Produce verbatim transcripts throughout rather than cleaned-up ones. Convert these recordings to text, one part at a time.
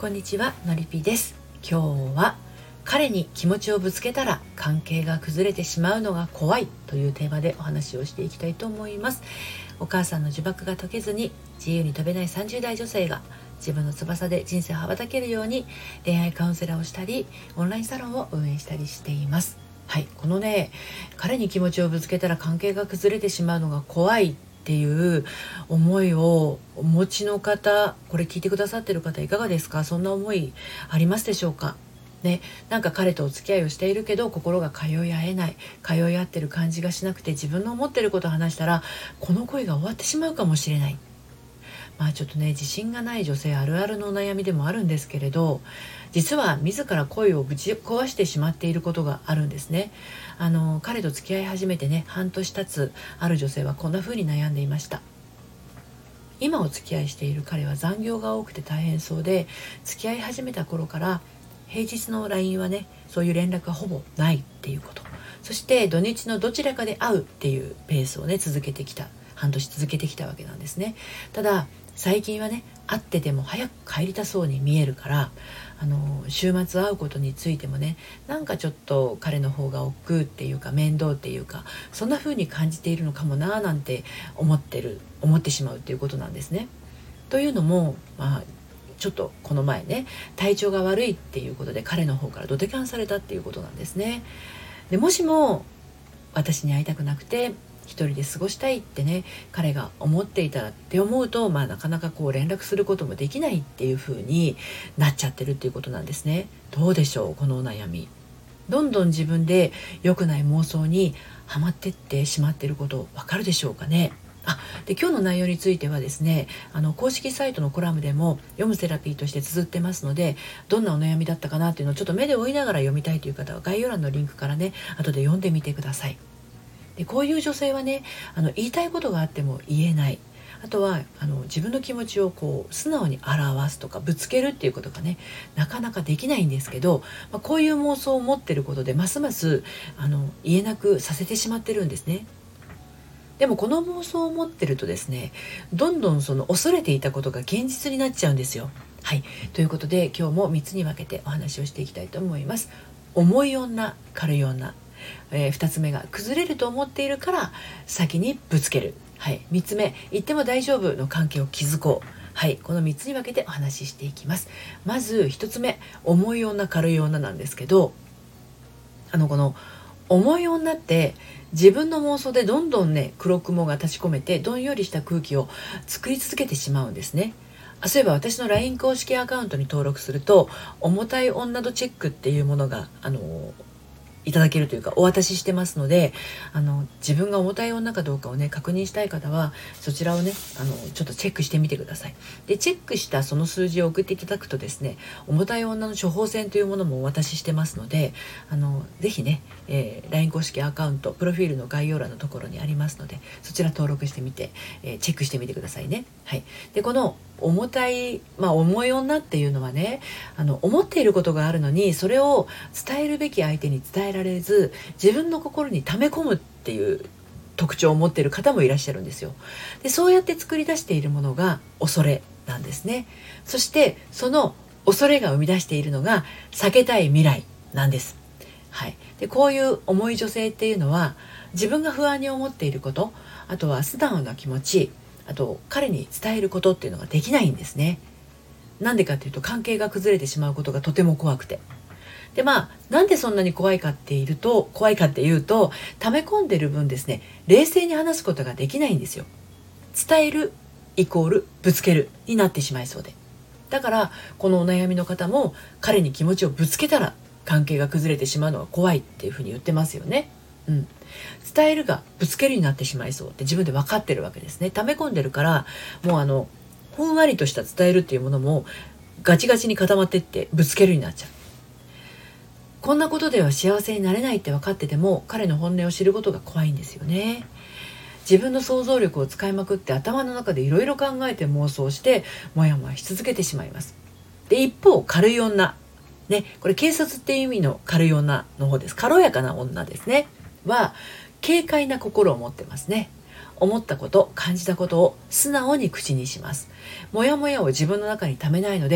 こんにちは、のりぴです。今日は彼に気持ちをぶつけたら関係が崩れてしまうのが怖いというテーマでお話をしていきたいと思います。お母さんの呪縛が解けずに自由に飛べないさんじゅう代女性が自分の翼で人生を羽ばたけるように恋愛カウンセラーをしたりオンラインサロンを運営したりしています。はい、このね、彼に気持ちをぶつけたら関係が崩れてしまうのが怖いっていう思いをお持ちの方、これ聞いてくださってる方いかがですか？そんな思いありますでしょうかね。なんか彼とお付き合いをしているけど心が通い合えない、通い合ってる感じがしなくて、自分の思ってることを話したらこの恋が終わってしまうかもしれない。まあちょっとね、自信がない女性あるあるのお悩みでもあるんですけれど、実は自ら恋をぶち壊してしまっていることがあるんですね。あの彼と付き合い始めてね、半年経つある女性はこんな風に悩んでいました。今お付き合いしている彼は残業が多くて大変そうで、付き合い始めた頃から平日の ライン はね、そういう連絡がほぼないっていうこと、そして土日のどちらかで会うっていうペースをね続けてきた、半年続けてきたわけなんですね。ただ最近はね、会ってても早く帰りたそうに見えるから、あの週末会うことについてもね、なんかちょっと彼の方が億劫っていうか面倒っていうか、そんな風に感じているのかもなーなんて思ってる思ってしまうっていうことなんですね。というのも、まあちょっとこの前ね、体調が悪いっていうことで彼の方からドテキャンされたっていうことなんですね。でもしも私に会いたくなくて一人で過ごしたいってね、彼が思っていたらって思うと、まあなかなかこう連絡することもできないっていう風になっちゃってるっていうことなんですね。どうでしょう、このお悩み。どんどん自分で良くない妄想にはまってってしまっていること、わかるでしょうかね。あで今日の内容についてはですね、あの公式サイトのコラムでも読むセラピーとして綴ってますので、どんなお悩みだったかなっていうのをちょっと目で追いながら読みたいという方は概要欄のリンクからね、後で読んでみてください。でこういう女性はね、あの言いたいことがあっても言えない、あとはあの自分の気持ちをこう素直に表すとかぶつけるっていうことがね、なかなかできないんですけど、まあ、こういう妄想を持ってることでますますあの言えなくさせてしまってるんですね。でもこの妄想を持ってるとですね、どんどんその恐れていたことが現実になっちゃうんですよ。はい、ということで今日もみっつに分けてお話をしていきたいと思います。重い女、軽い女、えー、ふたつめが崩れると思っているから先にぶつける、はい、みっつめ、言っても大丈夫の関係を築こう。はい、このみっつに分けてお話ししていきます。まずひとつめ、重い女軽い女なんですけど、あのこの重い女って自分の妄想でどんどんね、黒雲が立ち込めてどんよりした空気を作り続けてしまうんですね。あそういえば私の ライン 公式アカウントに登録すると、重たい女度チェックっていうものがあのいただけるというかお渡ししてますので、あの自分が重たい女かどうかをね確認したい方はそちらをね、あのちょっとチェックしてみてください。でチェックしたその数字を送っていただくとですね、重たい女の処方箋というものもお渡ししてますので、あのぜひね、えー、ライン 公式アカウントプロフィールの概要欄のところにありますので、そちら登録してみて、えー、チェックしてみてくださいね。はい、でこの重たい、まあ、重い女っていうのはね、あの思っていることがあるのにそれを伝えるべき相手に伝えられず、自分の心に溜め込むっていう特徴を持っている方もいらっしゃるんですよ。でそうやって作り出しているものが恐れなんですね。そしてその恐れが生み出しているのが避けたい未来なんです。はい、でこういう重い女性っていうのは自分が不安に思っていること、あとは素直な気持ち、あと彼に伝えることっていうのができないんですね。なんでかっていうと、関係が崩れてしまうことがとても怖くて。でまあなんでそんなに怖いかっていうと怖いかっていうと溜め込んでる分ですね、冷静に話すことができないんですよ。伝えるイコールぶつけるになってしまいそうで。だからこのお悩みの方も彼に気持ちをぶつけたら関係が崩れてしまうのが怖いっていうふうに言ってますよね。うん、伝えるがぶつけるになってしまいそうって自分で分かってるわけですね。溜め込んでるから、もうあのふんわりとした伝えるっていうものもガチガチに固まってってぶつけるになっちゃう。こんなことでは幸せになれないって分かってても彼の本音を知ることが怖いんですよね。自分の想像力を使いまくって頭の中でいろいろ考えて妄想してもやもやし続けてしまいます。で一方軽い女ね、これ軽率っていう意味の軽い女の方です。軽やかな女ですねは軽快な心を持ってますね。思ったこと、感じたことを素直に口にします。もやもやを自分の中に溜めないので、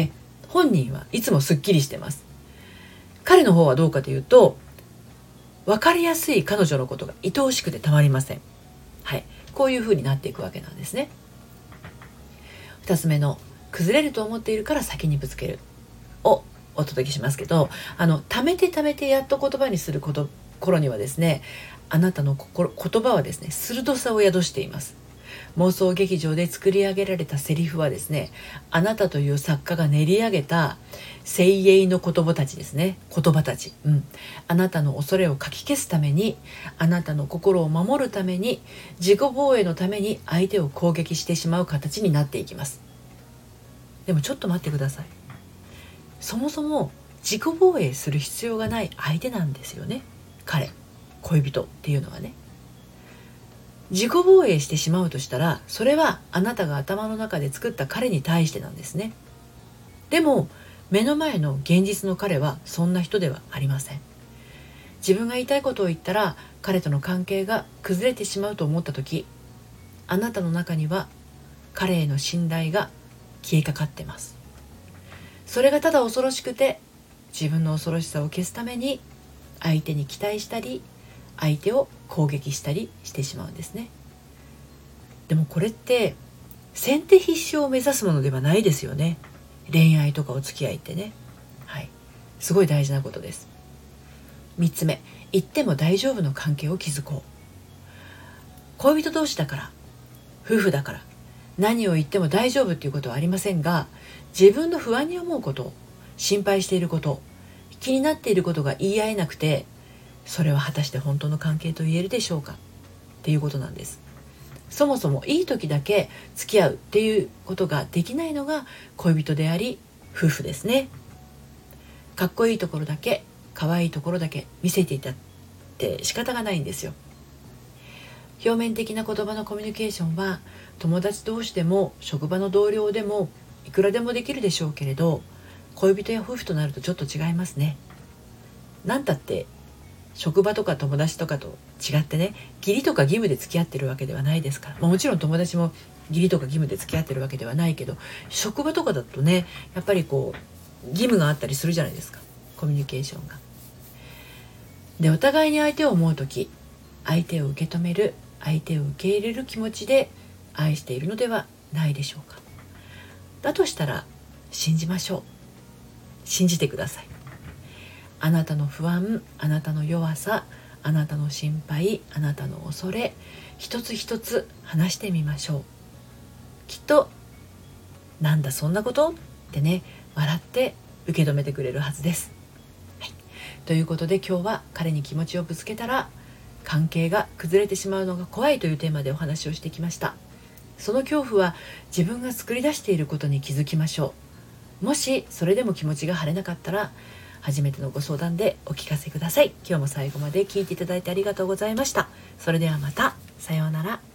本人はいつもすっきりしてます。彼の方はどうかというと、分かりやすい彼女のことが愛おしくてたまりません。はい、こういう風になっていくわけなんですね。二つ目の崩れると思っているから先にぶつけるをお届けしますけど、あの貯めて貯めてやっと言葉にすること頃にはですね、あなたの心言葉はですね鋭さを宿しています。妄想劇場で作り上げられたセリフはですね、あなたという作家が練り上げた精鋭の言葉たちですね。言葉たち、うん、あなたの恐れをかき消すために、あなたの心を守るために、自己防衛のために相手を攻撃してしまう形になっていきます。でもちょっと待ってください。そもそも自己防衛する必要がない相手なんですよね。彼、恋人っていうのはね。自己防衛してしまうとしたら、それはあなたが頭の中で作った彼に対してなんですね。でも目の前の現実の彼はそんな人ではありません。自分が言いたいことを言ったら彼との関係が崩れてしまうと思った時、あなたの中には彼への信頼が消えかかってます。それがただ恐ろしくて、自分の恐ろしさを消すために相手に期待したり、相手を攻撃したりしてしまうんですね。でもこれって先手必勝を目指すものではないですよね。恋愛とかお付き合いってね、はい、すごい大事なことです。みっつめ、言っても大丈夫の関係を築こう。恋人同士だから、夫婦だから何を言っても大丈夫っていうことはありませんが、自分の不安に思うこと、心配していること、気になっていることが言い合えなくて、それは果たして本当の関係と言えるでしょうかっていうことなんです。そもそもいい時だけ付き合うっていうことができないのが恋人であり夫婦ですね。かっこいいところだけ、可愛いところだけ見せていたって仕方がないんですよ。表面的な言葉のコミュニケーションは友達同士でも職場の同僚でもいくらでもできるでしょうけれど、恋人や夫婦となるとちょっと違いますね。なんたって職場とか友達とかと違ってね、義理とか義務で付き合ってるわけではないですから、まあ、もちろん友達も義理とか義務で付き合ってるわけではないけど、職場とかだとね、やっぱりこう義務があったりするじゃないですか、コミュニケーションが。で、お互いに相手を思うとき、相手を受け止める、相手を受け入れる気持ちで愛しているのではないでしょうか。だとしたら信じましょう。信じてください。あなたの不安、あなたの弱さ、あなたの心配、あなたの恐れ、一つ一つ話してみましょう。きっとなんだそんなことってね、笑って受け止めてくれるはずです、はい、ということで今日は彼に気持ちをぶつけたら関係が崩れてしまうのが怖いというテーマでお話をしてきました。その恐怖は自分が作り出していることに気づきましょう。もしそれでも気持ちが晴れなかったら初めてのご相談でお聞かせください。今日も最後まで聞いていただいてありがとうございました。それではまた。さようなら。